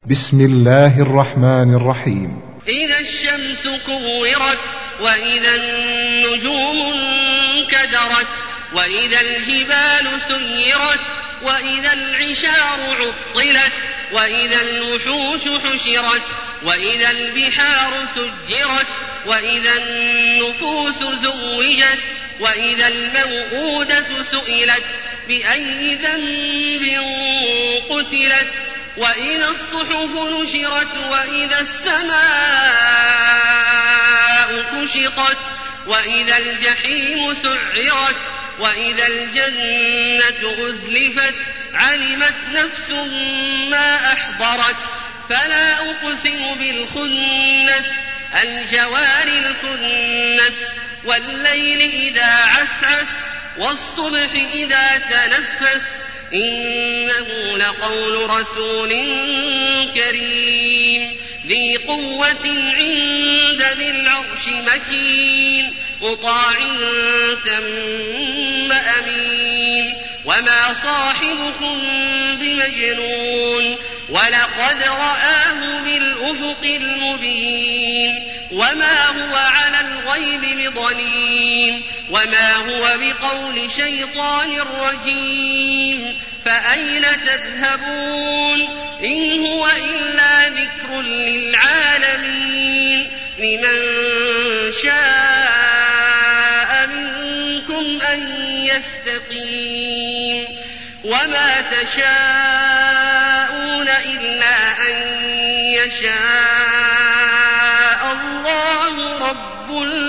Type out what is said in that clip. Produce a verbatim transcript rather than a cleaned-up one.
بسم الله الرحمن الرحيم. إذا الشمس كورت وإذا النجوم انكدرت وإذا الجبال سيرت وإذا العشار عطلت وإذا الوحوش حشرت وإذا البحار سجرت وإذا النفوس زوجت وإذا الموءودة سئلت بأي ذنب قتلت وإذا الصحف نشرت وإذا السماء كشطت وإذا الجحيم سعرت وإذا الجنة أزلفت علمت نفس ما أحضرت فلا أقسم بالخنس الجوار الكنس والليل إذا عسعس والصبح إذا تنفس إنه لقول رسول كريم ذي قوة عند ذي العرش مكين مطاع ثم أمين وما صاحبكم بمجنون ولقد رآه بالأفق المبين وما هو على الغيب بضنين وما هو بقول شيطان رجيم فأين تذهبون إن هو إلا ذكر للعالمين لمن شاء منكم أن يستقيم وما تشاءون إلا أن يشاء الله رب العالمين.